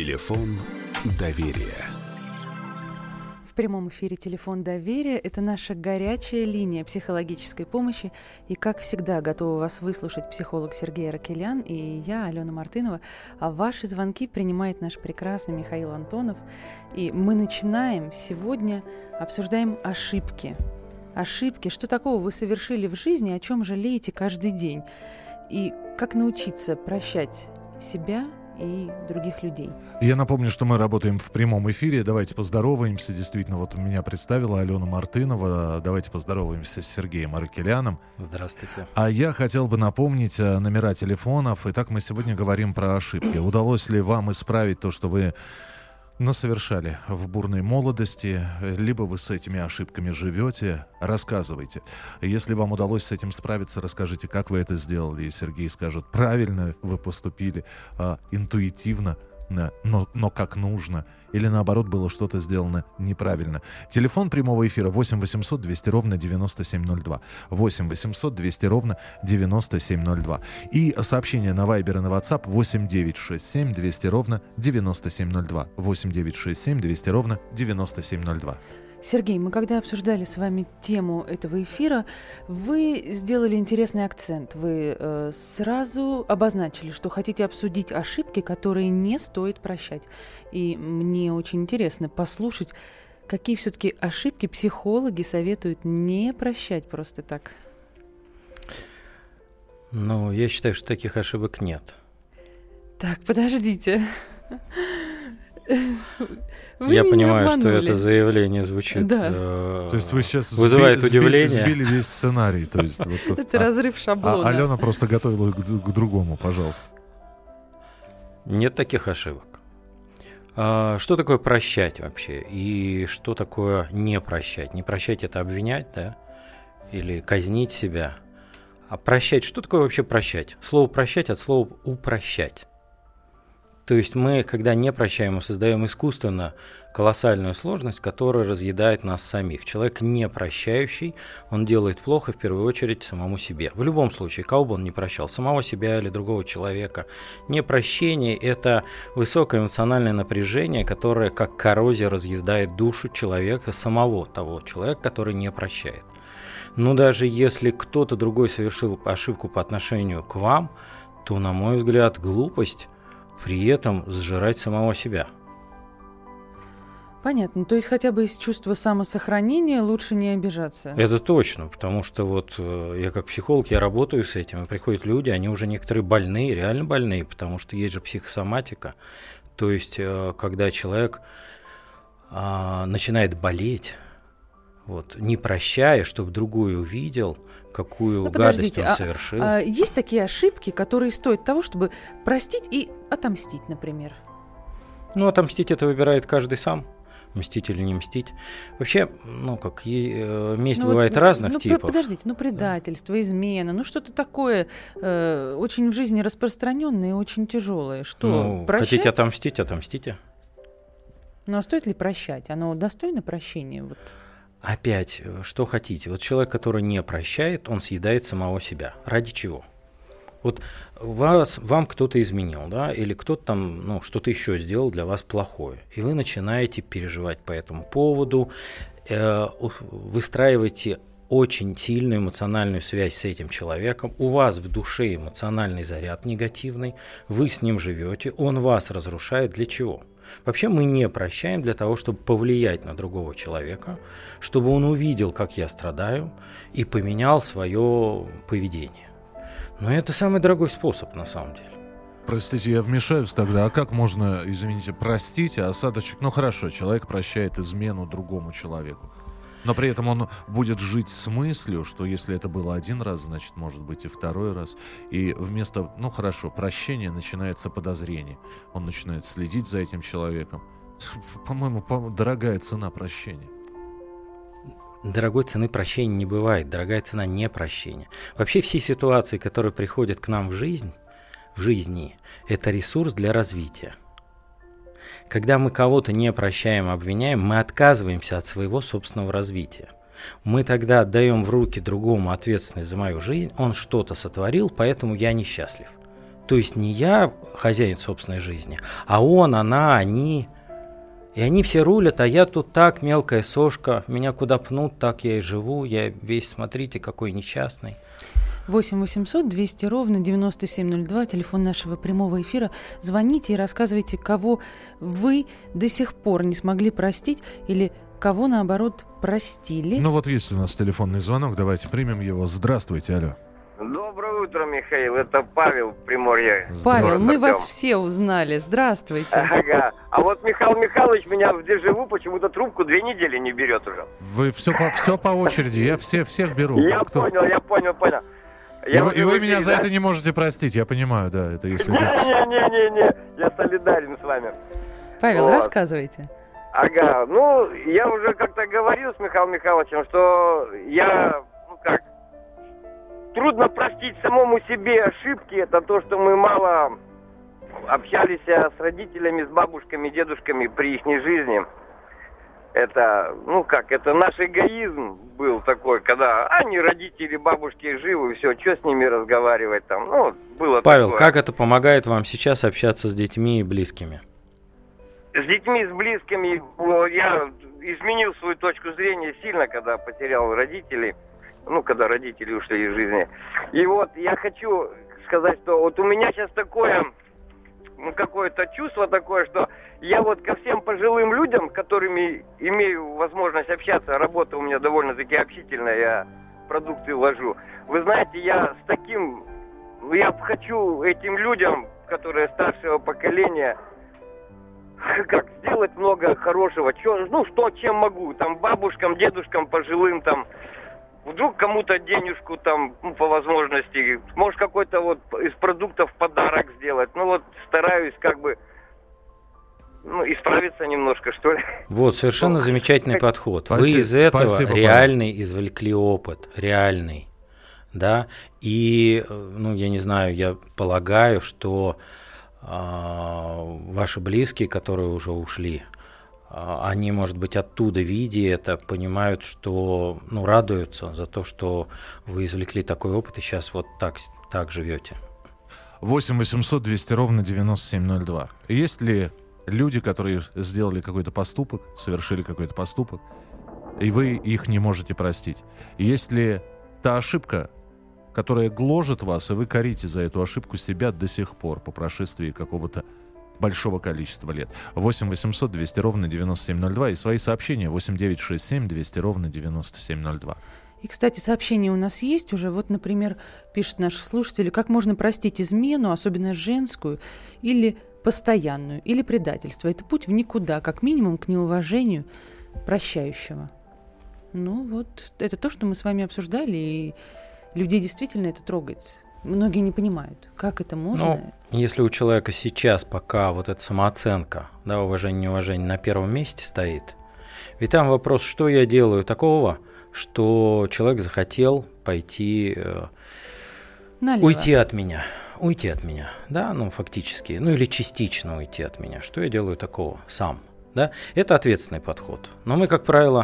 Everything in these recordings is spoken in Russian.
Телефон доверия. В прямом эфире «Телефон доверия» — это наша горячая линия психологической помощи. И, как всегда, готова вас выслушать психолог Сергей Аракелян и я, Алена Мартынова. А ваши звонки принимает наш прекрасный Михаил Антонов. И мы начинаем сегодня, обсуждаем ошибки. Ошибки, что такого вы совершили в жизни, о чем жалеете каждый день. И как научиться прощать себя и других людей. Я напомню, что мы работаем в прямом эфире. Давайте поздороваемся. Действительно, вот меня представила Алена Мартынова. Давайте поздороваемся с Сергеем Аракеляном. Здравствуйте. А я хотел бы напомнить номера телефонов. Итак, мы сегодня говорим про ошибки. Удалось ли вам исправить то, что вы совершали в бурной молодости, либо вы с этими ошибками живете? Рассказывайте. Если вам удалось с этим справиться, расскажите, как вы это сделали. И Сергей скажет, правильно вы поступили, интуитивно, но как нужно. Или наоборот, было что-то сделано неправильно. Телефон прямого эфира 8 800 200 ровно 9702. 8 800 200 ровно 9702. И сообщение на Viber и на WhatsApp 8 967 200 ровно 9702. 8 967 200 ровно 9702. Сергей, мы когда обсуждали с вами тему этого эфира, вы сделали интересный акцент. Вы сразу обозначили, что хотите обсудить ошибки, которые не стоит прощать. И мне очень интересно послушать, какие все-таки ошибки психологи советуют не прощать просто так. Ну, я считаю, что таких ошибок нет. Так, подождите. Я понимаю, что это заявление звучит, то есть вы сейчас вызывает удивление. Сбили весь сценарий. То есть, это разрыв шаблона. Алена просто готовила к другому, пожалуйста. Нет таких ошибок. Что такое прощать вообще? И что такое не прощать? Не прощать — это обвинять, да? Или казнить себя. А прощать, что такое вообще прощать? Слово «прощать» от слова «упрощать». То есть мы, когда не прощаем, мы создаем искусственно колоссальную сложность, которая разъедает нас самих. Человек не прощающий, он делает плохо в первую очередь самому себе. В любом случае, кого бы он не прощал, самого себя или другого человека. Непрощение – это высокое эмоциональное напряжение, которое как коррозия разъедает душу человека, самого того человека, который не прощает. Но даже если кто-то другой совершил ошибку по отношению к вам, то, на мой взгляд, глупость при этом сжирать самого себя. Понятно. То есть хотя бы из чувства самосохранения лучше не обижаться. Это точно, потому что вот я как психолог, я работаю с этим, и приходят люди, они уже некоторые больные, реально больные, потому что есть же психосоматика. То есть когда человек начинает болеть, вот, не прощая, чтобы другой увидел, какую гадость он совершил. Есть такие ошибки, которые стоят того, чтобы простить и отомстить, например? Ну, отомстить — это выбирает каждый сам. Мстить или не мстить. Вообще, месть бывает разных типов. Подождите, предательство, измена, что-то такое очень в жизни распространенное и очень тяжелое. Что, прощать? Хотите отомстить — отомстите. А стоит ли прощать? Оно достойно прощения? Опять, что хотите. Вот человек, который не прощает, он съедает самого себя. Ради чего? Вот вам кто-то изменил, да, или кто-то там, что-то еще сделал для вас плохое, и вы начинаете переживать по этому поводу, выстраиваете очень сильную эмоциональную связь с этим человеком, у вас в душе эмоциональный заряд негативный, вы с ним живете, он вас разрушает. Для чего? Вообще мы не прощаем для того, чтобы повлиять на другого человека, чтобы он увидел, как я страдаю, и поменял свое поведение. Но это самый дорогой способ на самом деле. Простите, я вмешаюсь тогда. А как можно, извините, простить, а осадочек? Хорошо, человек прощает измену другому человеку. Но при этом он будет жить с мыслью, что если это было один раз, значит, может быть и второй раз. И вместо, прощения начинается подозрение. Он начинает следить за этим человеком. По-моему, дорогая цена прощения. Дорогой цены прощения не бывает. Дорогая цена не прощения. Вообще все ситуации, которые приходят к нам в жизни, это ресурс для развития. Когда мы кого-то не прощаем, обвиняем, мы отказываемся от своего собственного развития. Мы тогда отдаем в руки другому ответственность за мою жизнь, он что-то сотворил, поэтому я несчастлив. То есть не я хозяин собственной жизни, а он, она, они. И они все рулят, а я тут так, мелкая сошка, меня куда пнут, так я и живу, я весь, смотрите, какой несчастный. 8 800 200 ровно 9702, телефон нашего прямого эфира. Звоните и рассказывайте, кого вы до сих пор не смогли простить или кого, наоборот, простили. Ну вот есть у нас телефонный звонок, давайте примем его. Здравствуйте, алло. Доброе утро, Михаил. Это Павел, Приморье. Павел, мы Артем. вас все узнали. Здравствуйте. Ага. А вот Михаил Михайлович меня в дежавю почему-то трубку 2 недели не берет уже. Вы все по очереди, я всех беру. Я Кто? понял. И вы меня за это не можете простить, я понимаю, да, это если... Не, я солидарен с вами. Павел, Вот. рассказывайте. Ага, ну, я уже как-то говорил с Михаилом Михайловичем, что трудно простить самому себе ошибки. Это то, что мы мало общались с родителями, с бабушками, дедушками при их жизни. Это, это наш эгоизм был такой, когда они, родители, бабушки живы, все, что с ними разговаривать там, было Павел, такое. как это помогает вам сейчас общаться с детьми и близкими? С детьми, с близкими я изменил свою точку зрения сильно, когда потерял родителей, когда родители ушли из жизни. И вот я хочу сказать, что вот у меня сейчас такое, какое-то чувство такое, что я вот ко всем пожилым людям, которыми имею возможность общаться, работа у меня довольно-таки общительная, я продукты вожу. Вы знаете, я хочу этим людям, которые старшего поколения, сделать много хорошего, чем могу, там, бабушкам, дедушкам, пожилым, там, вдруг кому-то денежку, там, по возможности, может, какой-то вот из продуктов подарок сделать, стараюсь, исправиться немножко, что ли. Вот, совершенно замечательный подход. Спасибо, Вы из этого спасибо, реальный извлекли опыт, реальный, да, и, я не знаю, я полагаю, что ваши близкие, которые уже ушли, они, может быть, оттуда, видя это, понимают, что, радуются за то, что вы извлекли такой опыт и сейчас вот так живете. 8 800 200 ровно 9702. Есть ли люди, которые сделали какой-то поступок, совершили какой-то поступок, и вы их не можете простить? Есть ли та ошибка, которая гложет вас, и вы корите за эту ошибку себя до сих пор, по прошествии какого-то большого количества лет? 8 800 200 ровно 9702 и свои сообщения 8 967 200 ровно 9702. И, кстати, сообщения у нас есть уже. Вот, например, пишут наши слушатели, как можно простить измену, особенно женскую, или постоянную, или предательство. Это путь в никуда, как минимум к неуважению прощающего. Это то, что мы с вами обсуждали, и людей действительно это трогает. Многие не понимают, как это можно. Если у человека сейчас пока вот эта самооценка, уважение, неуважение на первом месте стоит, ведь там вопрос, что я делаю такого, что человек захотел пойти, уйти от меня, да, фактически, или частично уйти от меня. Что я делаю такого сам, да? Это ответственный подход. Но мы, как правило,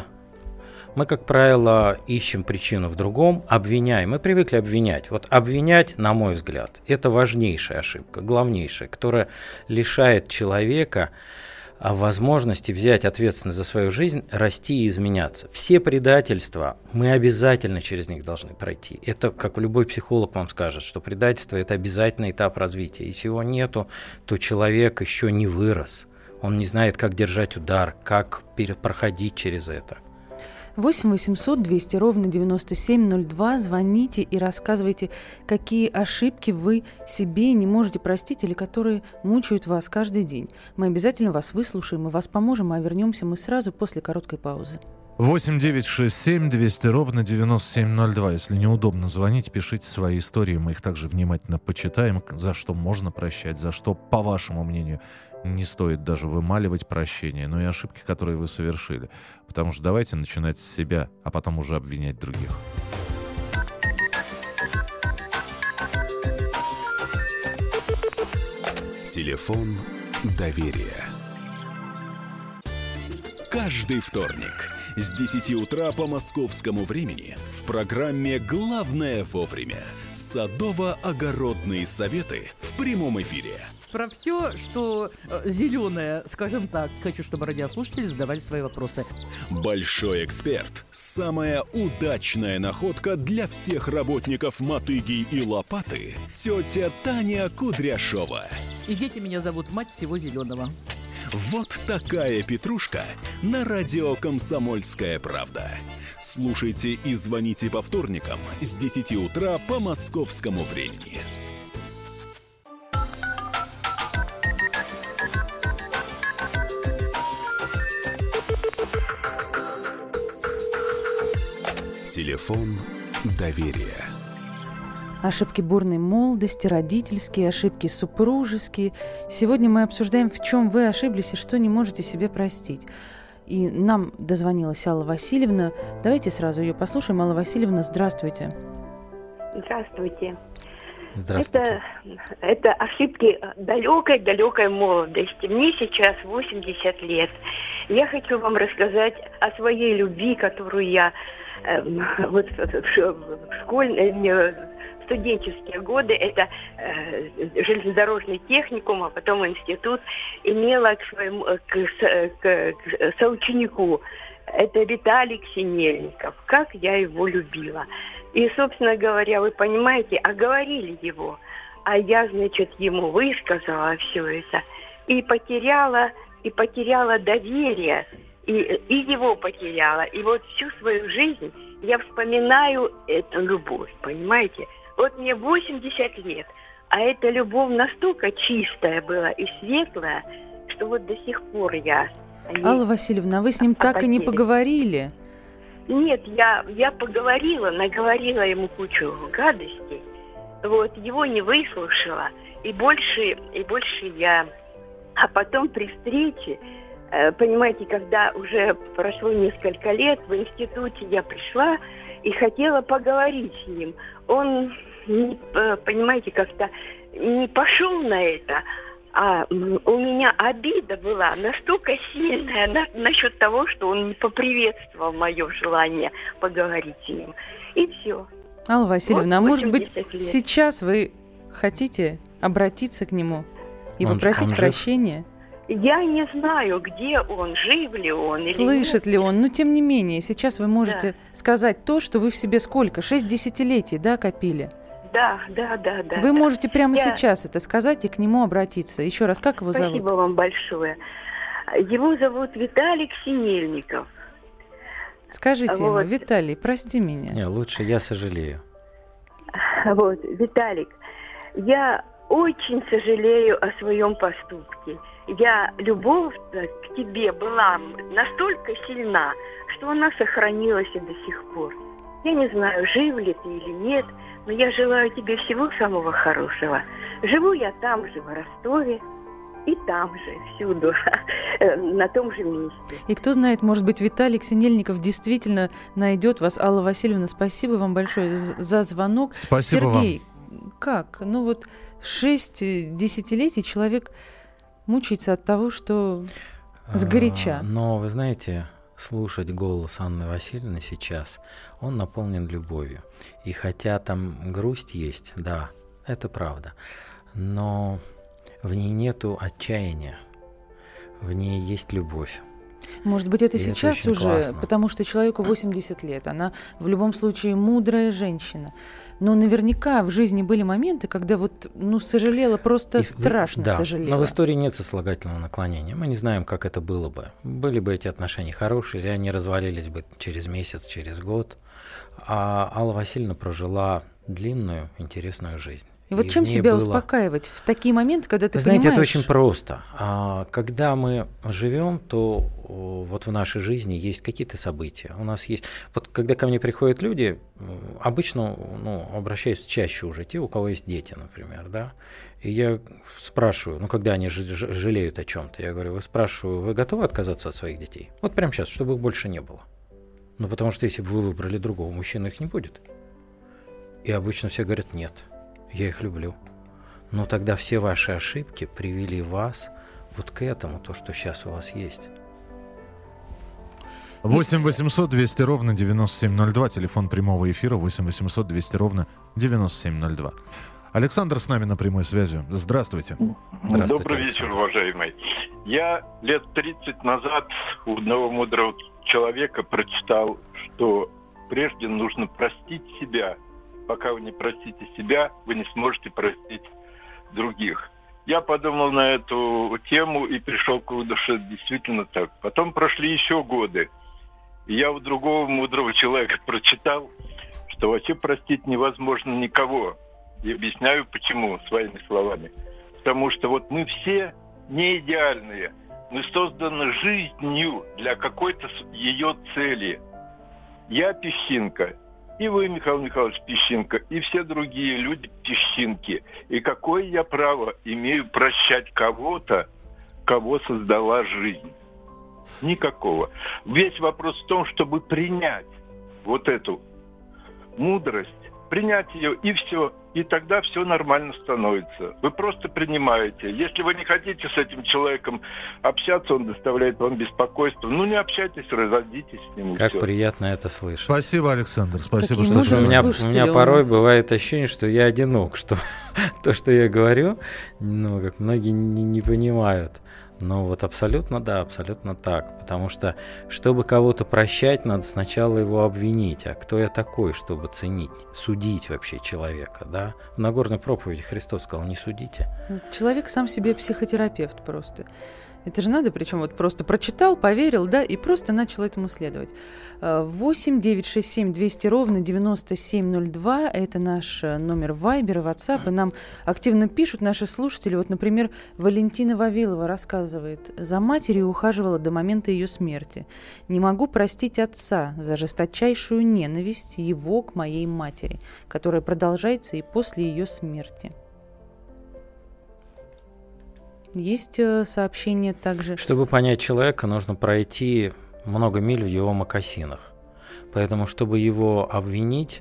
ищем причину в другом, обвиняем. Мы привыкли обвинять. Вот обвинять, на мой взгляд, это важнейшая ошибка, главнейшая, которая лишает человека возможности взять ответственность за свою жизнь, расти и изменяться. Все предательства, мы обязательно через них должны пройти. Это, как любой психолог вам скажет, что предательство – это обязательный этап развития. Если его нету, то человек еще не вырос. Он не знает, как держать удар, как проходить через это. 8 800 200 ровно 9702. Звоните и рассказывайте, какие ошибки вы себе не можете простить или которые мучают вас каждый день. Мы обязательно вас выслушаем и вас поможем, а вернемся мы сразу после короткой паузы. 8 967 200 ровно 9702. Если неудобно звонить, пишите свои истории. Мы их также внимательно почитаем, за что можно прощать, за что, по вашему мнению, не стоит даже вымаливать прощение, но и ошибки, которые вы совершили. Потому что давайте начинать с себя, а потом уже обвинять других. Телефон доверия. Каждый вторник С 10 утра по московскому времени в программе «Главное вовремя» садово-огородные советы в прямом эфире. Про все, что зеленое, скажем так. Хочу, чтобы радиослушатели задавали свои вопросы. Большой эксперт. Самая удачная находка для всех работников мотыги и лопаты. Тетя Таня Кудряшова. И дети меня зовут мать всего зеленого. Вот такая петрушка на радио «Комсомольская правда». Слушайте и звоните по вторникам с 10 утра по московскому времени. Телефон доверия. Ошибки бурной молодости, родительские, ошибки супружеские. Сегодня мы обсуждаем, в чем вы ошиблись и что не можете себе простить. И нам дозвонилась Алла Васильевна. Давайте сразу ее послушаем. Алла Васильевна, здравствуйте. Здравствуйте. Здравствуйте. Это ошибки далекой молодости. Мне сейчас 80 лет. Я хочу вам рассказать о своей любви, которую я вот в студенческие годы, это железнодорожный техникум, а потом институт, имела к соученику. Это Виталий Синельников. Как я его любила. И, собственно говоря, вы понимаете, оговорили его. А я, значит, ему высказала все это. И потеряла доверие. И его потеряла. И вот всю свою жизнь я вспоминаю эту любовь, понимаете? Вот мне 80 лет, а эта любовь настолько чистая была и светлая, что вот до сих пор я... Алла Васильевна, а вы с ним так и не поговорили? Нет, я поговорила, наговорила ему кучу гадостей. Вот, его не выслушала. И больше я... А потом при встрече... Понимаете, когда уже прошло несколько лет, в институте я пришла и хотела поговорить с ним. Он, понимаете, как-то не пошел на это, а у меня обида была настолько сильная насчет того, что он не поприветствовал мое желание поговорить с ним. И все. Алла Васильевна, вот а может быть, лет. сейчас вы хотите обратиться к нему и попросить прощения? Я не знаю, где он, жив ли он. Или слышит нет. ли он, но тем не менее, сейчас вы можете сказать то, что вы в себе сколько? 6 десятилетий, да, копили? Да. Вы можете прямо сейчас это сказать и к нему обратиться. Еще раз, как его зовут? Спасибо вам большое. Его зовут Виталий Синельников. Скажите ему, Виталий, прости меня. Не, лучше я сожалею. Вот, Виталик, я очень сожалею о своем поступке. Любовь к тебе была настолько сильна, что она сохранилась и до сих пор. Я не знаю, жив ли ты или нет, но я желаю тебе всего самого хорошего. Живу я там же, в Ростове, и там же, всюду, на том же месте. И кто знает, может быть, Виталий Синельников действительно найдет вас. Алла Васильевна, спасибо вам большое за звонок. Спасибо Сергей, как? 6 десятилетий человек мучается от того, что сгоряча. Но, вы знаете, слушать голос Анны Васильевны сейчас, он наполнен любовью. И хотя там грусть есть, да, это правда, но в ней нету отчаяния, в ней есть любовь. Может быть, это и сейчас это уже, классно. потому что человеку 80 лет, она в любом случае мудрая женщина. Но наверняка в жизни были моменты, когда сожалела, просто страшно сожалела. Но в истории нет сослагательного наклонения. Мы не знаем, как это было бы. Были бы эти отношения хорошие, или они развалились бы через месяц, через год. А Алла Васильевна прожила длинную, интересную жизнь. И вот чем себя успокаивать в такие моменты, когда ты знаете, понимаешь... это очень просто. Когда мы живем, то вот в нашей жизни есть какие-то события. У нас есть... Вот когда ко мне приходят люди, обычно обращаются чаще уже те, у кого есть дети, например, да. И я спрашиваю, когда они жалеют о чем-то, я говорю, вы готовы отказаться от своих детей? Вот прямо сейчас, чтобы их больше не было. Потому что если бы вы выбрали другого мужчину, их не будет. И обычно все говорят, нет. Я их люблю. Но тогда все ваши ошибки привели вас вот к этому, то, что сейчас у вас есть. 8 800 200 ровно 9702. Телефон прямого эфира 8 800 200 ровно 9702. Александр с нами на прямой связи. Здравствуйте. Здравствуйте, Добрый вечер, Александр. уважаемый. Я лет 30 назад у одного мудрого человека прочитал, что прежде нужно простить себя. Пока вы не простите себя, вы не сможете простить других. Я подумал на эту тему и пришел к выводу, что это действительно так. Потом прошли еще годы. И я у другого мудрого человека прочитал, что вообще простить невозможно никого. И объясняю, почему, своими словами. Потому что вот мы все не идеальные. Мы созданы жизнью для какой-то ее цели. Я песчинка. И вы, Михаил Михайлович, песчинка. И все другие люди песчинки. И какое я право имею прощать кого-то, кого создала жизнь? Никакого. Весь вопрос в том, чтобы принять вот эту мудрость, принять ее, и все. И тогда все нормально становится. Вы просто принимаете. Если вы не хотите с этим человеком общаться, он доставляет вам беспокойство, ну не общайтесь, разойдитесь с ним. Как всё. приятно это слышать. Спасибо, Александр. Спасибо, Какие что мудрые позвонили. слушатели У меня у порой нас. бывает ощущение, что я одинок, что то, что я говорю, ну, как многие не понимают. Но вот абсолютно да, абсолютно так. Потому что, чтобы кого-то прощать, надо сначала его обвинить. А кто я такой, чтобы ценить, судить вообще человека, да? В Нагорной проповеди Христос сказал, не судите. Человек сам себе психотерапевт просто. Это же надо, причем вот просто прочитал, поверил, да, и просто начал этому следовать. 8 967 200 ровно 9702 – это наш номер Вайбера, WhatsApp, и нам активно пишут наши слушатели. Вот, например, Валентина Вавилова рассказывает: «За матерью ухаживала до момента ее смерти. Не могу простить отца за жесточайшую ненависть его к моей матери, которая продолжается и после ее смерти». Есть сообщение также. Чтобы понять человека, нужно пройти много миль в его мокасинах. Поэтому, чтобы его обвинить,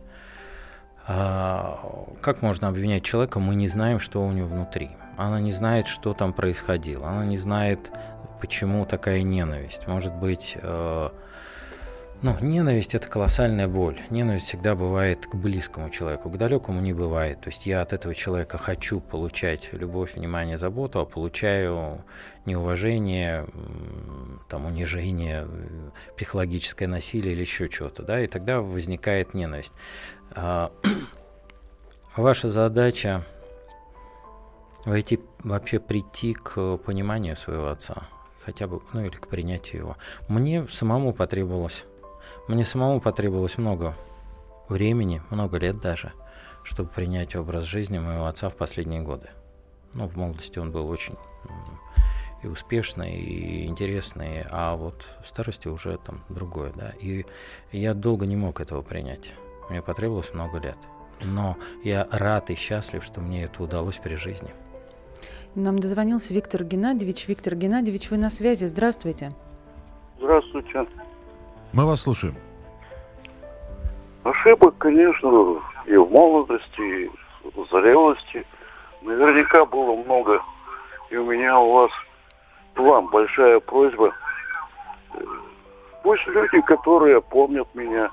как можно обвинять человека, мы не знаем, что у него внутри. Она не знает, что там происходило. Она не знает, почему такая ненависть. Может быть, ненависть – это колоссальная боль. Ненависть всегда бывает к близкому человеку, к далекому не бывает. То есть я от этого человека хочу получать любовь, внимание, заботу, а получаю неуважение, там, унижение, психологическое насилие или еще что-то, да, и тогда возникает ненависть. Ваша задача вообще прийти к пониманию своего отца, хотя бы, или к принятию его. Мне самому потребовалось много времени, много лет даже, чтобы принять образ жизни моего отца в последние годы. В молодости он был очень и успешный, и интересный, а вот в старости уже там другое, да. И я долго не мог этого принять. Мне потребовалось много лет. Но я рад и счастлив, что мне это удалось при жизни. Нам дозвонился Виктор Геннадьевич. Виктор Геннадьевич, вы на связи. Здравствуйте. Здравствуйте. Мы вас слушаем. Ошибок, конечно, и в молодости, и в зрелости. Наверняка было много. И у меня у вас к вам большая просьба. Пусть люди, которые помнят меня,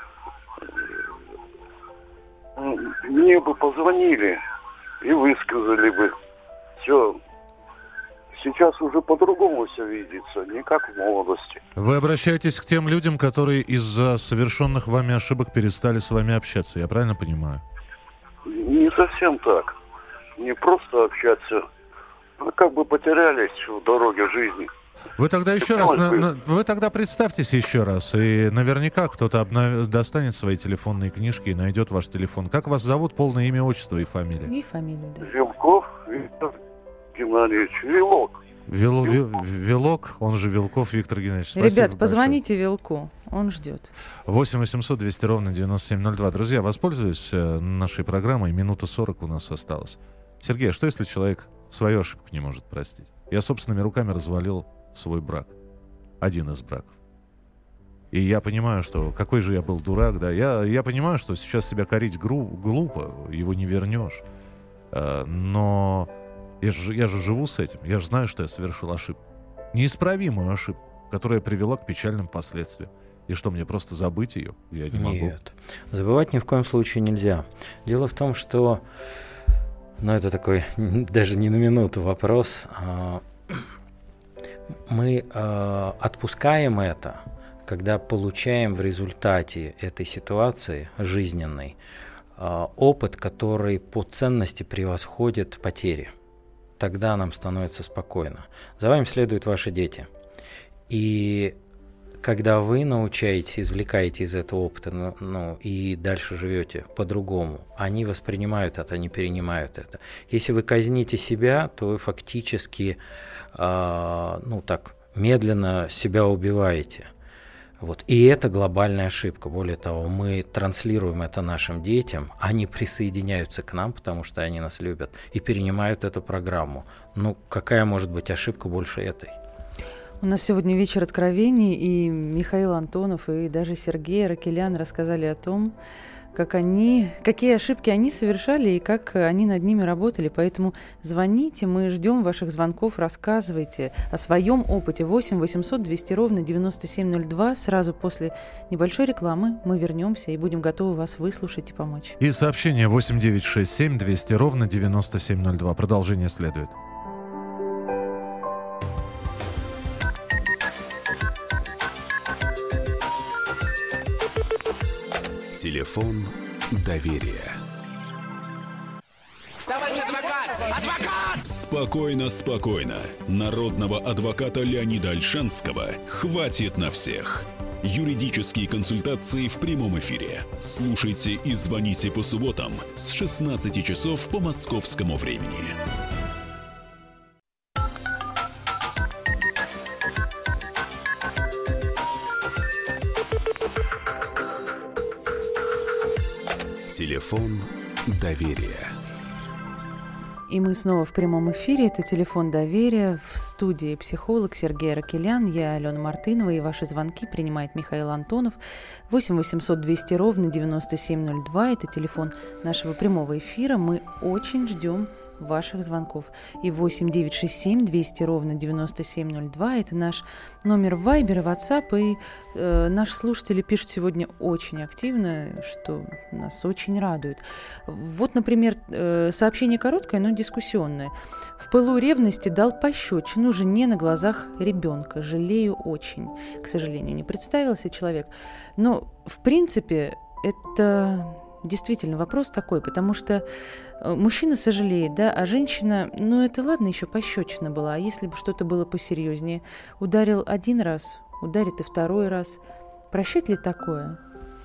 мне бы позвонили и высказали бы. Все. Сейчас уже по-другому все видится, не как в молодости. Вы обращаетесь к тем людям, которые из-за совершенных вами ошибок перестали с вами общаться, я правильно понимаю? Не совсем так. Не просто общаться, а как бы потерялись в дороге жизни. Вы тогда еще раз, вы тогда представьтесь еще раз, и наверняка кто-то достанет свои телефонные книжки и найдет ваш телефон. Как вас зовут, полное имя, отчество и фамилия? И фамилию, да. Вилков Виктор Геннадьевич. Вилок. Вилок, он же Вилков Виктор Геннадьевич. Спасибо Ребят, большое. позвоните Вилку, он ждет. 8 800 200 ровно 9702. Друзья, воспользуюсь нашей программой. Минута 40 у нас осталось. Сергей, а что если человек свою ошибку не может простить? Я собственными руками развалил свой брак. Один из браков. И я понимаю, что какой же я был дурак, да. Я понимаю, что сейчас себя корить глупо, его не вернешь. Но я же живу с этим. Я же знаю, что я совершил ошибку. Неисправимую ошибку, которая привела к печальным последствиям. И что, мне просто забыть ее? Я не могу. Нет, забывать ни в коем случае нельзя. Дело в том, что, это такой даже не на минуту вопрос, мы отпускаем это, когда получаем в результате этой ситуации жизненной опыт, который по ценности превосходит потери. Тогда нам становится спокойно. За вами следуют ваши дети. И когда вы научаетесь, извлекаете из этого опыта, и дальше живете по-другому, они воспринимают это, они перенимают это. Если вы казните себя, то вы фактически, медленно себя убиваете. И это глобальная ошибка. Более того, мы транслируем это нашим детям, они присоединяются к нам, потому что они нас любят, и перенимают эту программу. Какая может быть ошибка больше этой? У нас сегодня вечер откровений, и Михаил Антонов, и даже Сергей Аракелян рассказали о том, какие ошибки они совершали и как они над ними работали. Поэтому звоните, мы ждем ваших звонков, рассказывайте о своем опыте. 8 800 200 ровно 9702. Сразу после небольшой рекламы мы вернемся и будем готовы вас выслушать и помочь. И сообщение 8 967 200 ровно 9702. Продолжение следует. Телефон доверия. Товарищ адвокат! Адвокат! Спокойно, спокойно. Народного адвоката Леонида Ольшанского хватит на всех. Юридические консультации в прямом эфире. Слушайте и звоните по субботам с 16 часов по московскому времени. Телефон доверия. И мы снова в прямом эфире. Это телефон доверия. В студии психолог Сергей Аракелян. Я Алена Мартынова. И ваши звонки принимает Михаил Антонов. 8 800 200 ровно 9702. Это телефон нашего прямого эфира. Мы очень ждем ваших звонков. И 8 967 200 ровно 9702. Это наш номер Вайбер и WhatsApp. И наши слушатели пишут сегодня очень активно, что нас очень радует. Например, сообщение короткое, но дискуссионное. В пылу ревности дал пощечину жене на глазах ребенка. Жалею очень. К сожалению, не представился человек. Но, в принципе, это действительно вопрос такой, потому что мужчина сожалеет, да, а женщина, это ладно, еще пощечина была, а если бы что-то было посерьезнее? Ударил один раз, ударит и второй раз. Прощать ли такое?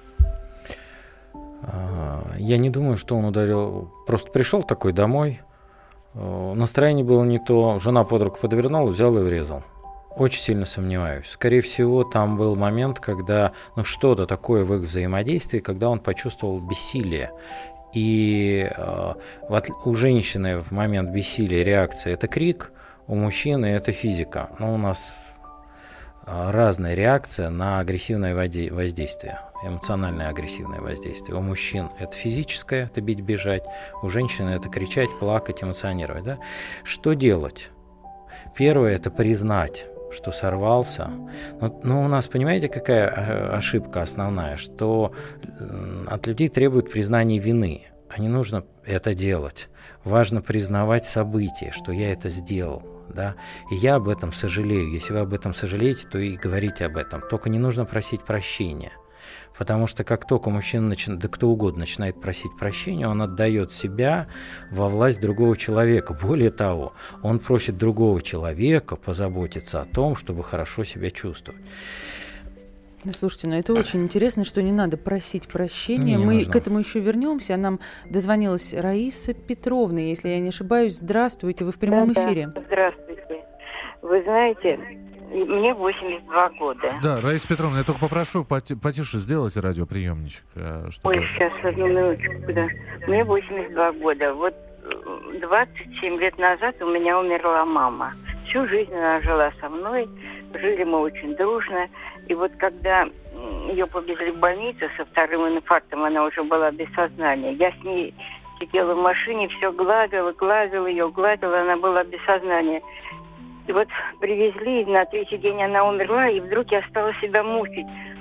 Я не думаю, что он ударил. Просто пришел такой домой, настроение было не то, жена под руку подвернула, взял и врезал. Очень сильно сомневаюсь. Скорее всего, там был момент, когда что-то такое в их взаимодействии, когда он почувствовал бессилие. И у женщины в момент бессилия реакция – это крик, у мужчины – это физика. У нас разная реакция на агрессивное воздействие, эмоциональное агрессивное воздействие. У мужчин это физическое, это бить, бежать, у женщины это кричать, плакать, эмоционировать. Да? Что делать? Первое – это признать, что сорвался. Но у нас, понимаете, какая ошибка основная, что от людей требуют признания вины, а не нужно это делать. Важно признавать события, что я это сделал. Да? И я об этом сожалею. Если вы об этом сожалеете, то и говорите об этом. Только не нужно просить прощения. Потому что как только мужчина, да кто угодно, начинает просить прощения, он отдает себя во власть другого человека. Более того, он просит другого человека позаботиться о том, чтобы хорошо себя чувствовать. Слушайте, это очень интересно, что не надо просить прощения. Не Мы нужно. к этому еще вернемся. Нам дозвонилась Раиса Петровна, если я не ошибаюсь. Здравствуйте, вы в прямом эфире. Здравствуйте. Вы знаете, мне 82 года. Да, Раиса Петровна, я только попрошу потише сделать радиоприемничек. Чтобы... Ой, сейчас, одну минуточку, да. Мне 82 года. 27 лет назад у меня умерла мама. Всю жизнь она жила со мной. Жили мы очень дружно. И когда ее повезли в больницу со вторым инфарктом, она уже была без сознания. Я с ней сидела в машине, все гладила ее, она была без сознания. И привезли, на третий день она умерла, и вдруг я стала себя мучить.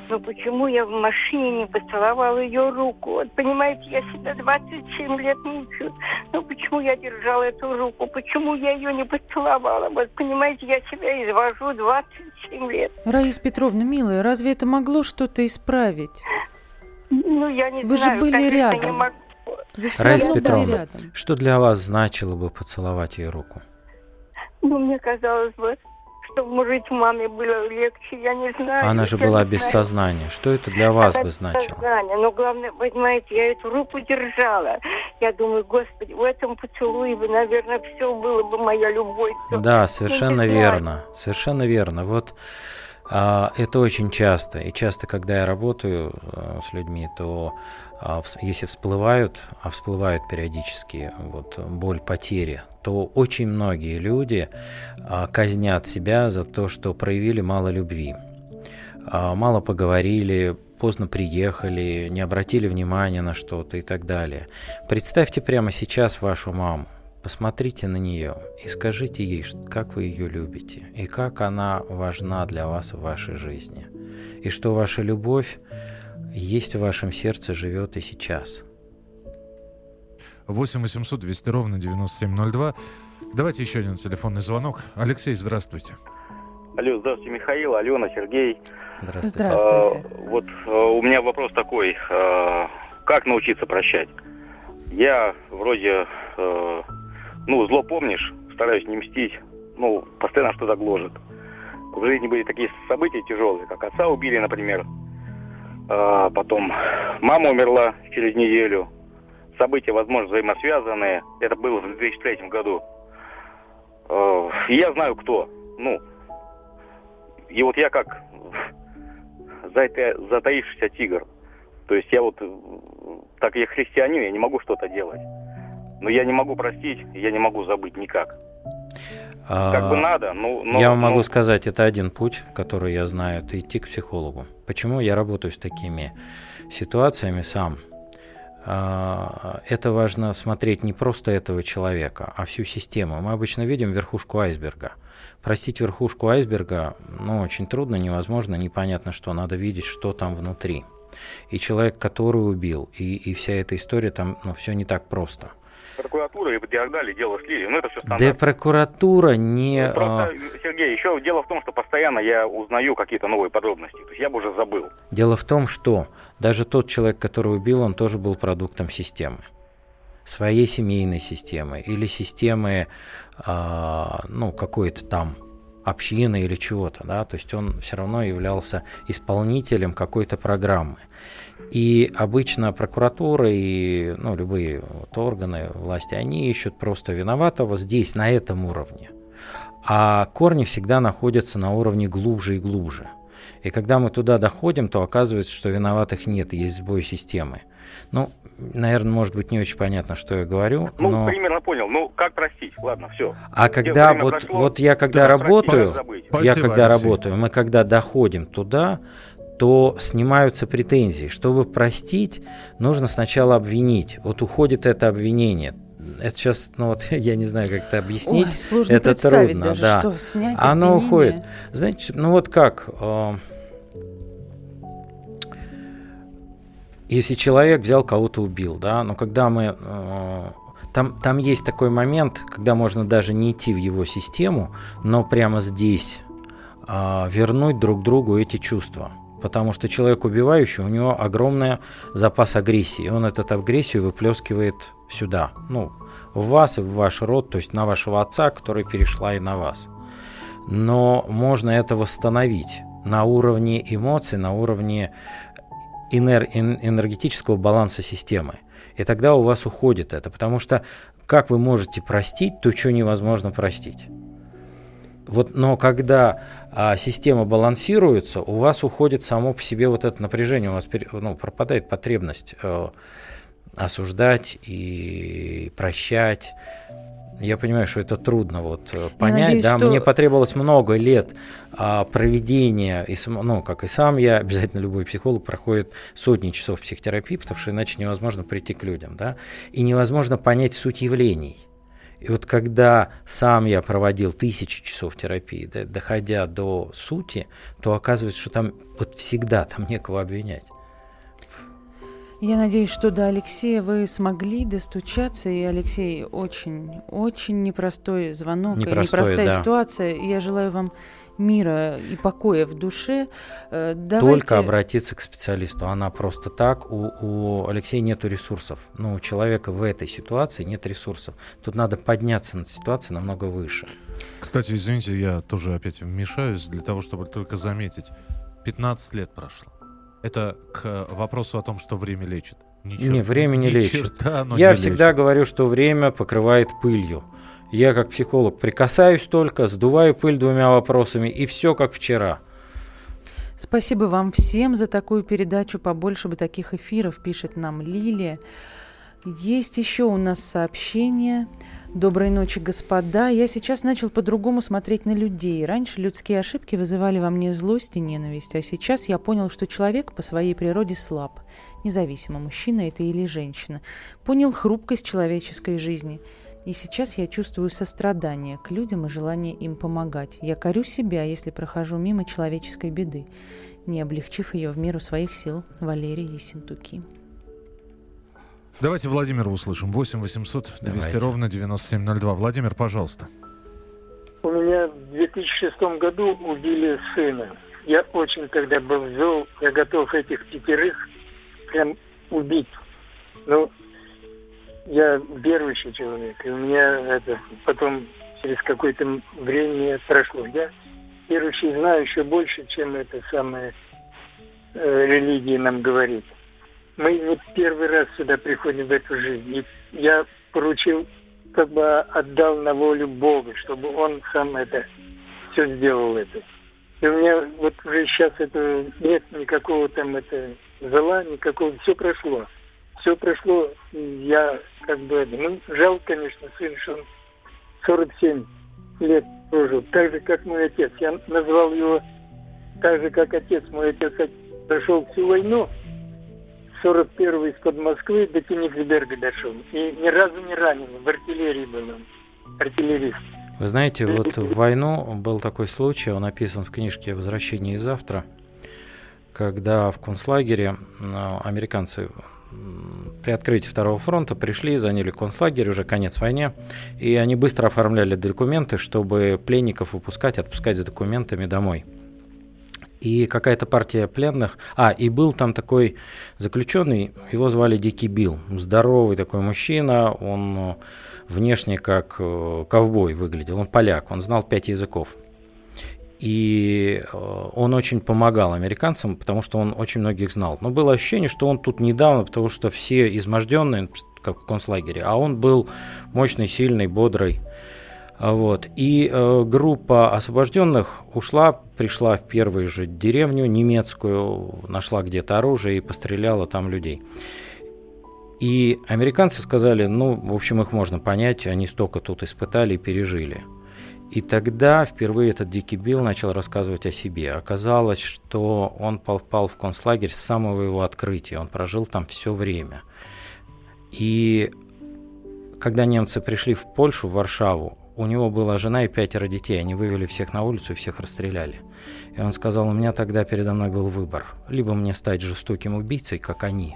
но почему я в машине не поцеловала ее руку? Вот, понимаете, я себя 27 лет мучаю. Ну, почему я держала эту руку? Почему я ее не поцеловала? Вот, понимаете, я себя извожу 27 лет. Раиса Петровна, милая, разве это могло что-то исправить? Ну, я не Вы знаю. же были конечно, рядом. не могу. Вы все Раиса равно были Петровна, рядом. что для вас значило бы поцеловать ее руку? Ну, мне казалось бы, что, может, маме было легче, я не знаю. Она же я была не без знаю. сознания. Что это для вас Она бы без значило? сознания. Но главное, понимаете, я эту руку держала. Я думаю, Господи, в этом поцелуе бы, наверное, все было бы моя любовь. Всё. Да, совершенно Не знаю. верно. Совершенно верно. Вот это очень часто. И часто, когда я работаю с людьми, то если всплывают периодически вот, боль потери, то очень многие люди казнят себя за то, что проявили мало любви, мало поговорили, поздно приехали, не обратили внимания на что-то и так далее. Представьте прямо сейчас вашу маму, посмотрите на нее и скажите ей, как вы ее любите, и как она важна для вас в вашей жизни, и что ваша любовь есть в вашем сердце, живет и сейчас. 8 800 200 ровно 9702. Давайте еще один телефонный звонок. Алексей, здравствуйте. Алло, здравствуйте, Михаил, Алена, Сергей. Здравствуйте. Здравствуйте. Вот у меня вопрос такой. Как научиться прощать? Я вроде, зло помнишь, стараюсь не мстить, постоянно что-то гложет. В жизни были такие события тяжелые, как отца убили, например. Потом мама умерла через неделю. События, возможно, взаимосвязанные. Это было в 2003 году. И я знаю, кто. И вот я как затаившийся тигр. То есть я так я христианин, я не могу что-то делать. Но я не могу простить, я не могу забыть никак. Как бы надо, Я вам могу сказать, это один путь, который я знаю, это идти к психологу. Почему я работаю с такими ситуациями сам? Это важно смотреть не просто этого человека, а всю систему. Мы обычно видим верхушку айсберга. Простить верхушку айсберга, очень трудно, невозможно, непонятно что. Надо видеть, что там внутри. И человек, который убил, и вся эта история, там все не так просто. Прокуратура и так далее, дело слили, это все стандартно. Да прокуратура не... Просто, Сергей, еще дело в том, что постоянно я узнаю какие-то новые подробности. То есть я бы уже забыл. Дело в том, что даже тот человек, который убил, он тоже был продуктом системы. Своей семейной системы или системы, какой-то там общины или чего-то, да, то есть он все равно являлся исполнителем какой-то программы. И обычно прокуратура и любые органы власти, они ищут просто виноватого здесь, на этом уровне. А корни всегда находятся на уровне глубже и глубже. И когда мы туда доходим, то оказывается, что виноватых нет, есть сбой системы. Наверное, может быть, не очень понятно, что я говорю. Но... примерно понял. Как простить? Ладно, все. А когда я когда работаю, мы когда доходим туда, то снимаются претензии. Чтобы простить, нужно сначала обвинить. Уходит это обвинение. Это сейчас, я не знаю, как это объяснить. Ой, сложно это представить трудно, даже, да. что снять Оно обвинение. уходит. Знаете, как... Если человек взял, кого-то убил, да, но когда мы... Там есть такой момент, когда можно даже не идти в его систему, но прямо здесь вернуть друг другу эти чувства. Потому что человек убивающий, у него огромный запас агрессии. И он эту агрессию выплескивает сюда, в вас и в ваш род, то есть на вашего отца, который перешла и на вас. Но можно это восстановить на уровне эмоций, на уровне энергетического баланса системы. И тогда у вас уходит это. Потому что как вы можете простить то, что невозможно простить? Но когда система балансируется, у вас уходит само по себе это напряжение, у вас пропадает потребность осуждать и прощать. Я понимаю, что это трудно понять. Надеюсь, да, что... Мне потребовалось много лет проведения, как и сам я, обязательно любой психолог проходит сотни часов психотерапии, потому что иначе невозможно прийти к людям. Да? И невозможно понять суть явлений. И вот когда сам я проводил 1000 часов терапии, доходя до сути, то оказывается, что там вот всегда там некого обвинять. Я надеюсь, что до Алексея вы смогли достучаться. И, Алексей, очень, очень непростой звонок, непростая ситуация. И я желаю вам мира и покоя в душе. Только обратиться к специалисту. Она просто так. У Алексея нет ресурсов. Но у человека в этой ситуации нет ресурсов. Тут надо подняться над ситуацией намного выше. Кстати, извините, я тоже опять вмешаюсь для того, чтобы только заметить. 15 лет прошло. Это к вопросу о том, что время лечит. Время не лечит. Я всегда говорю, что время покрывает пылью. Я как психолог прикасаюсь только, сдуваю пыль 2 вопросами, и все как вчера. Спасибо вам всем за такую передачу. Побольше бы таких эфиров, пишет нам Лилия. Есть еще у нас сообщение. Доброй ночи, господа. Я сейчас начал по-другому смотреть на людей. Раньше людские ошибки вызывали во мне злость и ненависть, а сейчас я понял, что человек по своей природе слаб, независимо, мужчина это или женщина. Понял хрупкость человеческой жизни. И сейчас я чувствую сострадание к людям и желание им помогать. Я корю себя, если прохожу мимо человеческой беды, не облегчив ее в меру своих сил. Валерий Ессентуки. Давайте Владимира услышим. 8 800 200 ровно 9702. Владимир, пожалуйста. У меня в 2006 году убили сына. Я очень тогда был зол. Я готов этих 5 прям убить. Но я верующий человек. И у меня это потом через какое-то время прошло. Я верующий знаю еще больше, чем это самое религия нам говорит. Мы не первый раз сюда приходим в эту жизнь. И я поручил, отдал на волю Бога, чтобы Он сам это все сделал это. И у меня вот уже сейчас это нет никакого там зла, никакого. Все прошло. Все прошло. Я жалко, конечно, сын, что он 47 лет прожил. Так же, как мой отец. Я назвал его так же, как отец. Мой отец прошел всю войну. 41-й из-под Москвы до Кенигсберга дошел. И ни разу не ранен. В артиллерии был он. Артиллерист. Вы знаете, вот в войну был такой случай, он описан в книжке «Возвращение из завтра», когда в концлагере американцы при открытии Второго фронта пришли, заняли концлагерь, уже конец войны, и они быстро оформляли документы, чтобы пленников выпускать, отпускать с документами домой. И какая-то партия пленных... и был там такой заключенный, его звали Дикий Билл. Здоровый такой мужчина, он внешне как ковбой выглядел, он поляк, он знал 5 языков. И он очень помогал американцам, потому что он очень многих знал. Но было ощущение, что он тут недавно, потому что все изможденные, как в концлагере, а он был мощный, сильный, бодрый. Вот. И группа освобожденных пришла в первую же деревню немецкую, нашла где-то оружие и постреляла там людей. И американцы сказали, в общем, их можно понять, они столько тут испытали и пережили. И тогда впервые этот Дикий Билл начал рассказывать о себе. Оказалось, что он попал в концлагерь с самого его открытия, он прожил там все время. И когда немцы пришли в Польшу, в Варшаву, у него была жена и 5 детей. Они вывели всех на улицу и всех расстреляли. И он сказал, у меня тогда передо мной был выбор. Либо мне стать жестоким убийцей, как они,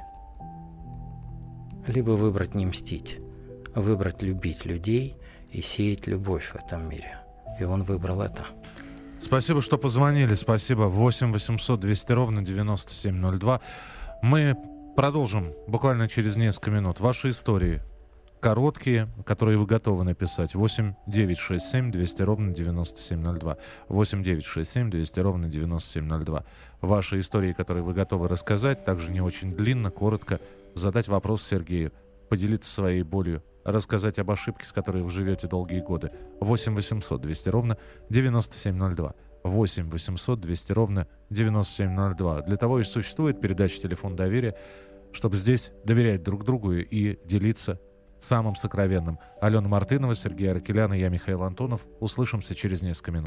либо выбрать не мстить. Выбрать любить людей и сеять любовь в этом мире. И он выбрал это. Спасибо, что позвонили. Спасибо. 8 800 200 ровно 9702. Мы продолжим буквально через несколько минут. Ваши истории короткие, которые вы готовы написать. 8 967 200 ровно 9702. 8 967 200 ровно 9702. Ваши истории, которые вы готовы рассказать, также не очень длинно, коротко, задать вопрос Сергею, поделиться своей болью, рассказать об ошибке, с которой вы живете долгие годы. 8 800 200 ровно 9702. 8 800 200 ровно 9702. Для того и существует передача «Телефон доверия», чтобы здесь доверять друг другу и делиться самым сокровенным. Алена Мартынова, Сергей Аракелян и я, Михаил Антонов. Услышимся через несколько минут.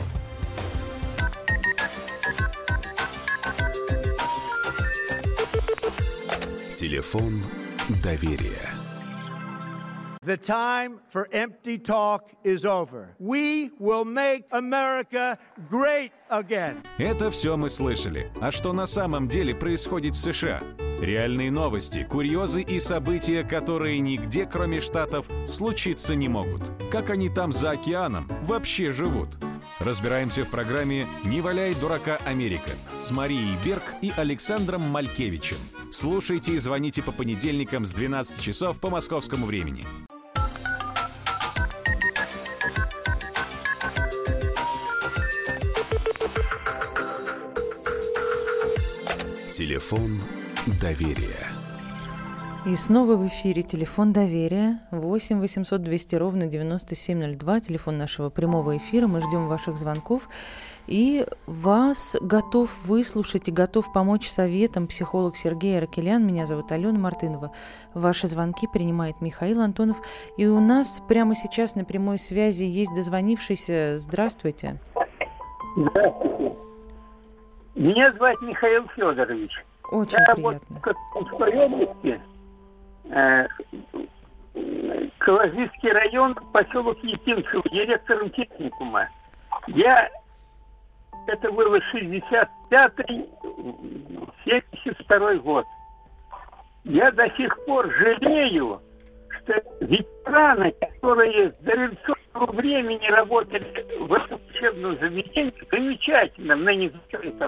«Телефон доверия». The time for empty talk is over. We will make America great again. Это все мы слышали. А что на самом деле происходит в США? Реальные новости, курьезы и события, которые нигде, кроме Штатов, случиться не могут. Как они там за океаном вообще живут? Разбираемся в программе «Не валяй дурака, Америка» с Марией Берг и Александром Малькевичем. Слушайте и звоните по понедельникам с 12 часов по московскому времени. Телефон доверия. И снова в эфире телефон доверия 8 800 200 ровно 9702, телефон нашего прямого эфира. Мы ждем ваших звонков и вас готов выслушать и готов помочь советам психолог Сергей Аракелян. Меня зовут Алена Мартынова. Ваши звонки принимает Михаил Антонов. И у нас прямо сейчас на прямой связи есть дозвонившийся. Здравствуйте. Здравствуйте. Меня зовут Михаил Федорович. Очень я приятно. Я работаю в Калужской области, Калужский район, поселок Ефимцево, директором техникума. Это было 65-й, 72-й год. Я до сих пор жалею, что ветераны, которые до революционного времени работали в этом учебном заведении, замечательно, на них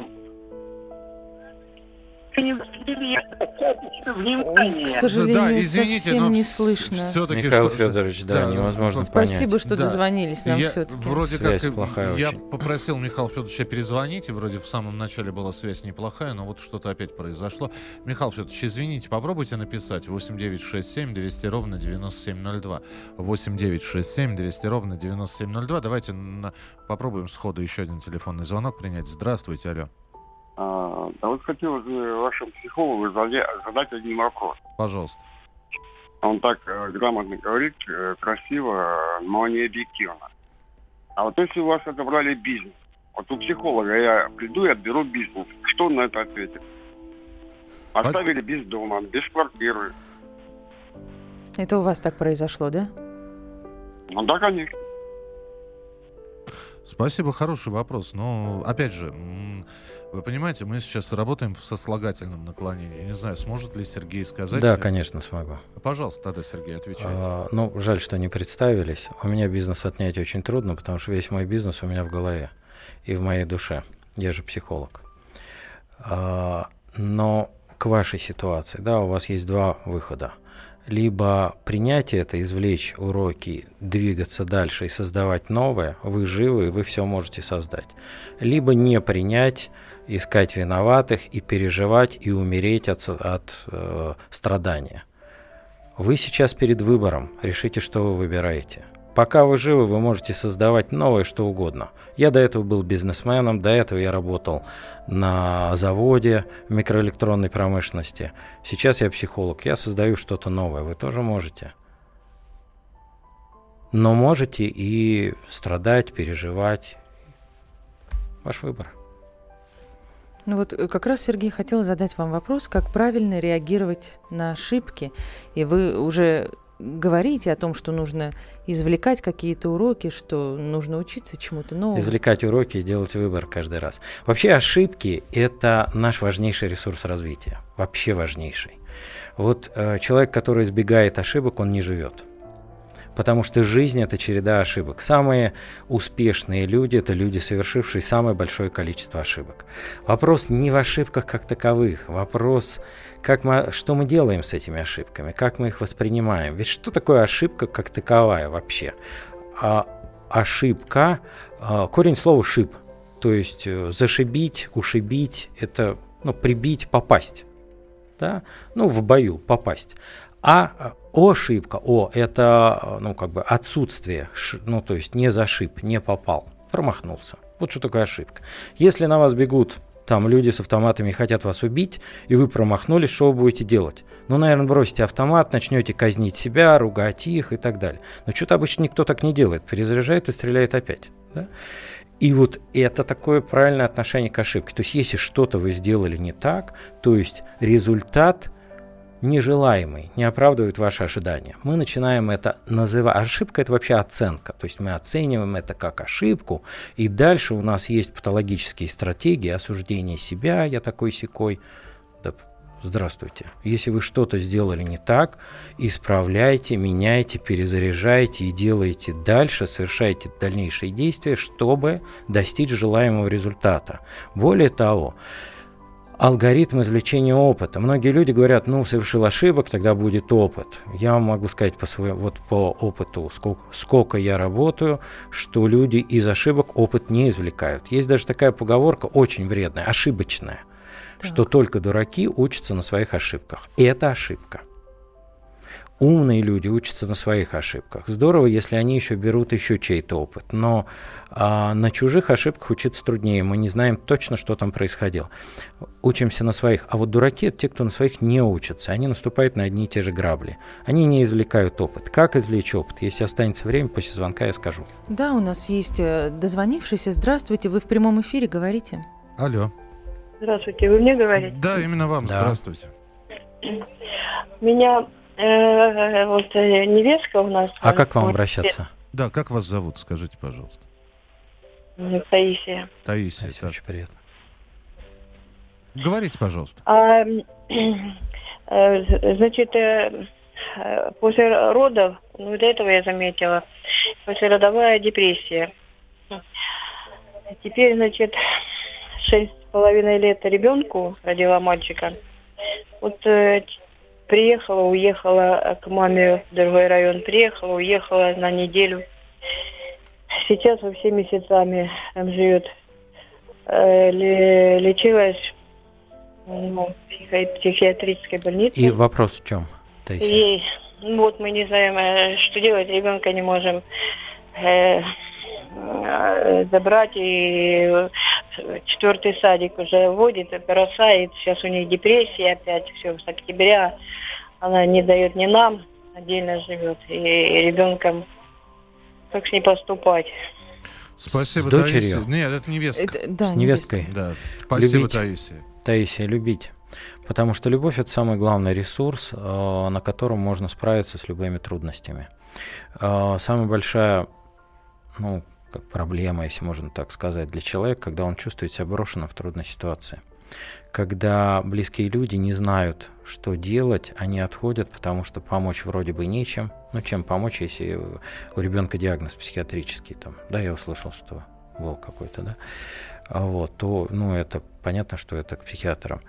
не уделили достаточно внимания. К сожалению, извините, совсем не слышно. Михаил Федорович, невозможно понять. Спасибо, что дозвонились нам все-таки. Вроде связь как плохая я очень. попросил Михаила Федоровича перезвонить, и вроде в самом начале была связь неплохая, но вот что-то опять произошло. Михаил Федорович, извините, попробуйте написать 8967 200 ровно 9702. 8967 200 ровно 9702. Давайте попробуем сходу еще один телефонный звонок принять. Здравствуйте, алло. Да вот хотелось вашему психологу задать один вопрос. Пожалуйста. Он так грамотно говорит, красиво, но не объективно. А вот если у вас отобрали бизнес, вот у психолога я приду и отберу бизнес, что он на это ответит? Оставили без дома, без квартиры. Это у вас так произошло, да? Ну да, конечно. Спасибо, хороший вопрос. Но, опять же, вы понимаете, мы сейчас работаем в сослагательном наклонении. Я не знаю, сможет ли Сергей сказать? Да, конечно, смогу. Пожалуйста, тогда, Сергей, отвечайте. Жаль, что не представились. У меня бизнес отнять очень трудно, потому что весь мой бизнес у меня в голове и в моей душе. Я же психолог. Но к вашей ситуации, да, у вас есть два выхода. Либо принять это, извлечь уроки, двигаться дальше и создавать новое, вы живы, вы все можете создать. Либо не принять, искать виноватых и переживать, и умереть от страдания. Вы сейчас перед выбором, решите, что вы выбираете. Пока вы живы, вы можете создавать новое, что угодно. Я до этого был бизнесменом, до этого я работал на заводе в микроэлектронной промышленности. Сейчас я психолог, я создаю что-то новое. Вы тоже можете. Но можете и страдать, переживать. Ваш выбор. Ну вот как раз Сергей хотел задать вам вопрос, как правильно реагировать на ошибки. И вы уже говорите о том, что нужно извлекать какие-то уроки, что нужно учиться чему-то новому. Извлекать уроки и делать выбор каждый раз. Вообще ошибки – это наш важнейший ресурс развития. Вообще важнейший. Вот человек, который избегает ошибок, он не живет. Потому что жизнь – это череда ошибок. Самые успешные люди – это люди, совершившие самое большое количество ошибок. Вопрос не в ошибках как таковых. Вопрос, что мы делаем с этими ошибками, как мы их воспринимаем. Ведь что такое ошибка как таковая вообще? Ошибка – корень слова «шиб». То есть зашибить, ушибить – это прибить, попасть. Да? В бою попасть. А ошибка, это отсутствие, то есть не зашиб, не попал, промахнулся. Вот что такое ошибка. Если на вас бегут люди с автоматами и хотят вас убить, и вы промахнулись, что вы будете делать? Наверное, бросите автомат, начнете казнить себя, ругать их и так далее. Но что-то обычно никто так не делает, перезаряжает и стреляет опять. Да? И вот это такое правильное отношение к ошибке. То есть если что-то вы сделали не так, то есть результат нежелаемый, не оправдывает ваши ожидания. Мы начинаем это называть... Ошибка – это вообще оценка. То есть мы оцениваем это как ошибку, и дальше у нас есть патологические стратегии осуждения себя, я такой-сякой. Да, здравствуйте. Если вы что-то сделали не так, исправляйте, меняйте, перезаряжайте и делайте дальше, совершайте дальнейшие действия, чтобы достичь желаемого результата. Более того, алгоритм извлечения опыта. Многие люди говорят, совершил ошибок, тогда будет опыт. Я вам могу сказать по опыту, сколько я работаю, что люди из ошибок опыт не извлекают. Есть даже такая поговорка, очень вредная, ошибочная, что только дураки учатся на своих ошибках. И это ошибка. Умные люди учатся на своих ошибках. Здорово, если они еще берут еще чей-то опыт. Но на чужих ошибках учиться труднее. Мы не знаем точно, что там происходило. Учимся на своих. А вот дураки – это те, кто на своих не учатся. Они наступают на одни и те же грабли. Они не извлекают опыт. Как извлечь опыт? Если останется время, после звонка я скажу. Да, у нас есть дозвонившийся. Здравствуйте, вы в прямом эфире, говорите. Алло. Здравствуйте, вы мне говорите? Да, именно вам. Да. Здравствуйте. Меня невестка у нас... А как вам обращаться? Да, как вас зовут, скажите, пожалуйста. Таисия. Таисия, очень приятно. Говорите, пожалуйста. Значит, после родов, до этого я заметила, послеродовая депрессия. Теперь, значит, 6,5 лет ребенку, родила мальчика. Вот приехала, уехала к маме в другой район, приехала, уехала на неделю. Сейчас во все месяцами там живет. Лечилась в психиатрической больнице. И вопрос в чем, Таисия? Мы не знаем, что делать, ребенка не можем забрать, и 4-й садик уже вводит, бросает, сейчас у них депрессия опять, все, с октября она не дает ни нам, отдельно живет, и ребенком как с ней поступать. Спасибо, с дочерью? Таисия. Нет, это невестка. С невесткой? Да. Спасибо, любить, Таисия. Таисия, любить. Потому что любовь – это самый главный ресурс, на котором можно справиться с любыми трудностями. Самая большая, проблема, если можно так сказать, для человека, когда он чувствует себя брошенным в трудной ситуации. Когда близкие люди не знают, что делать, они отходят, потому что помочь вроде бы нечем. Чем помочь, если у ребенка диагноз психиатрический? Я услышал, что был какой-то, то, это понятно, что это к психиатрам.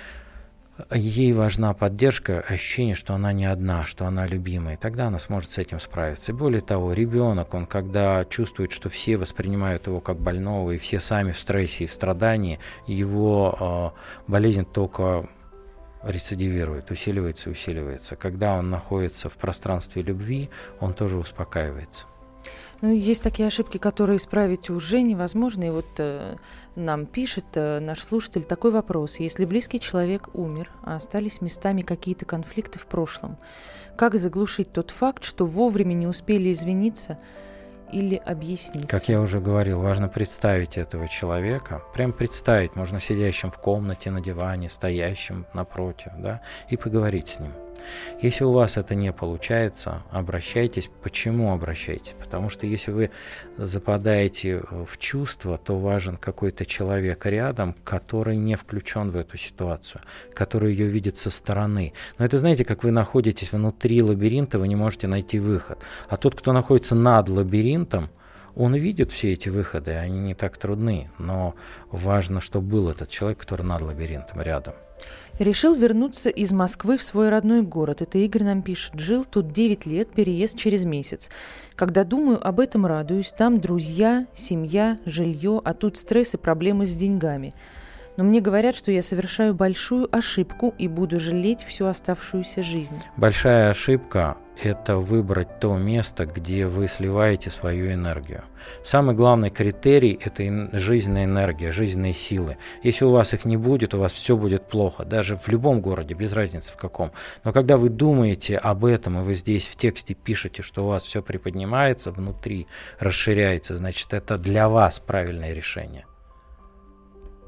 Ей важна поддержка, ощущение, что она не одна, что она любимая, и тогда она сможет с этим справиться. И более того, ребенок, он когда чувствует, что все воспринимают его как больного, и все сами в стрессе и в страдании, его болезнь только рецидивирует, усиливается и усиливается. Когда он находится в пространстве любви, он тоже успокаивается. Есть такие ошибки, которые исправить уже невозможно. И вот нам пишет наш слушатель такой вопрос. Если близкий человек умер, а остались местами какие-то конфликты в прошлом, как заглушить тот факт, что вовремя не успели извиниться или объясниться? Как я уже говорил, важно представить этого человека. Прям представить, можно сидящим в комнате, на диване, стоящим напротив, и поговорить с ним. Если у вас это не получается, обращайтесь. Почему обращайтесь? Потому что если вы западаете в чувства, то важен какой-то человек рядом, который не включен в эту ситуацию, который ее видит со стороны. Но это, знаете, как вы находитесь внутри лабиринта, вы не можете найти выход. А тот, кто находится над лабиринтом, он видит все эти выходы, они не так трудны. Но важно, чтобы был этот человек, который над лабиринтом, рядом. Решил вернуться из Москвы в свой родной город. Это Игорь нам пишет. Жил тут 9 лет, переезд через месяц. Когда думаю об этом, радуюсь. Там друзья, семья, жилье, а тут стресс и проблемы с деньгами. Но мне говорят, что я совершаю большую ошибку и буду жалеть всю оставшуюся жизнь. Большая ошибка – это выбрать то место, где вы сливаете свою энергию. Самый главный критерий – это жизненная энергия, жизненные силы. Если у вас их не будет, у вас все будет плохо. Даже в любом городе, без разницы в каком. Но когда вы думаете об этом, и вы здесь в тексте пишете, что у вас все приподнимается, внутри расширяется, значит, это для вас правильное решение.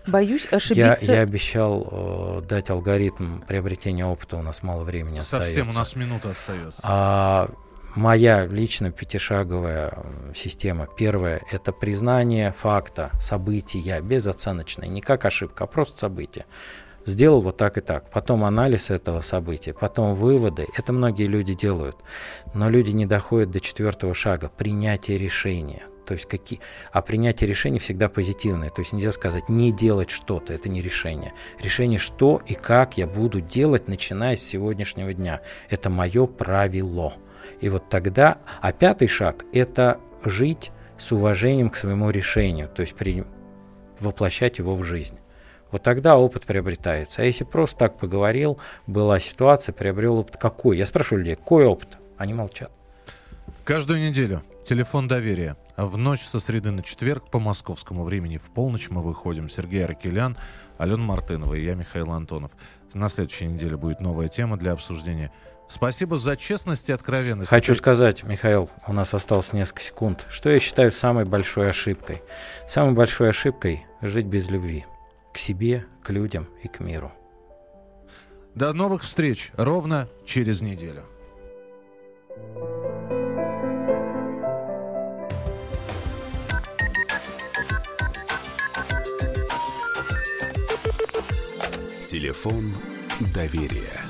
Боюсь ошибиться. Я обещал дать алгоритм приобретения опыта, у нас мало времени остается. Совсем у нас минута остается. Моя лично 5-шаговая система. Первое – это признание факта, события, безоценочное, не как ошибка, а просто событие. Сделал вот так и так. Потом анализ этого события, потом выводы. Это многие люди делают. Но люди не доходят до 4-го шага – принятие решения. То есть А принятие решений всегда позитивное. То есть нельзя сказать «не делать что-то», это не решение. Решение, что и как я буду делать, начиная с сегодняшнего дня. Это мое правило. И вот тогда, 5-й шаг – это жить с уважением к своему решению, то есть воплощать его в жизнь. Вот тогда опыт приобретается. А если просто так поговорил, была ситуация, приобрел опыт, какой? Я спрашиваю людей, какой опыт? Они молчат. Каждую неделю телефон доверия. В ночь со среды на четверг по московскому времени в полночь мы выходим. Сергей Аракелян, Алена Мартынова и я, Михаил Антонов. На следующей неделе будет новая тема для обсуждения. Спасибо за честность и откровенность. Хочу сказать, Михаил, у нас осталось несколько секунд, что я считаю самой большой ошибкой. Самой большой ошибкой – жить без любви. К себе, к людям и к миру. До новых встреч ровно через неделю. Телефон доверия.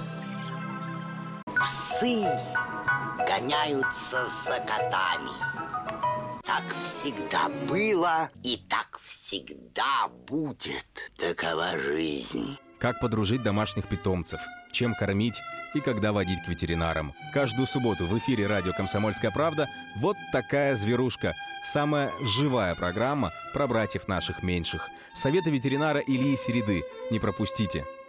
Псы гоняются за котами. Так всегда было и так всегда будет. Такова жизнь. Как подружить домашних питомцев, чем кормить и когда водить к ветеринарам. Каждую субботу в эфире радио «Комсомольская правда» вот такая зверушка. Самая живая программа про братьев наших меньших. Советы ветеринара Ильи Середы. Не пропустите.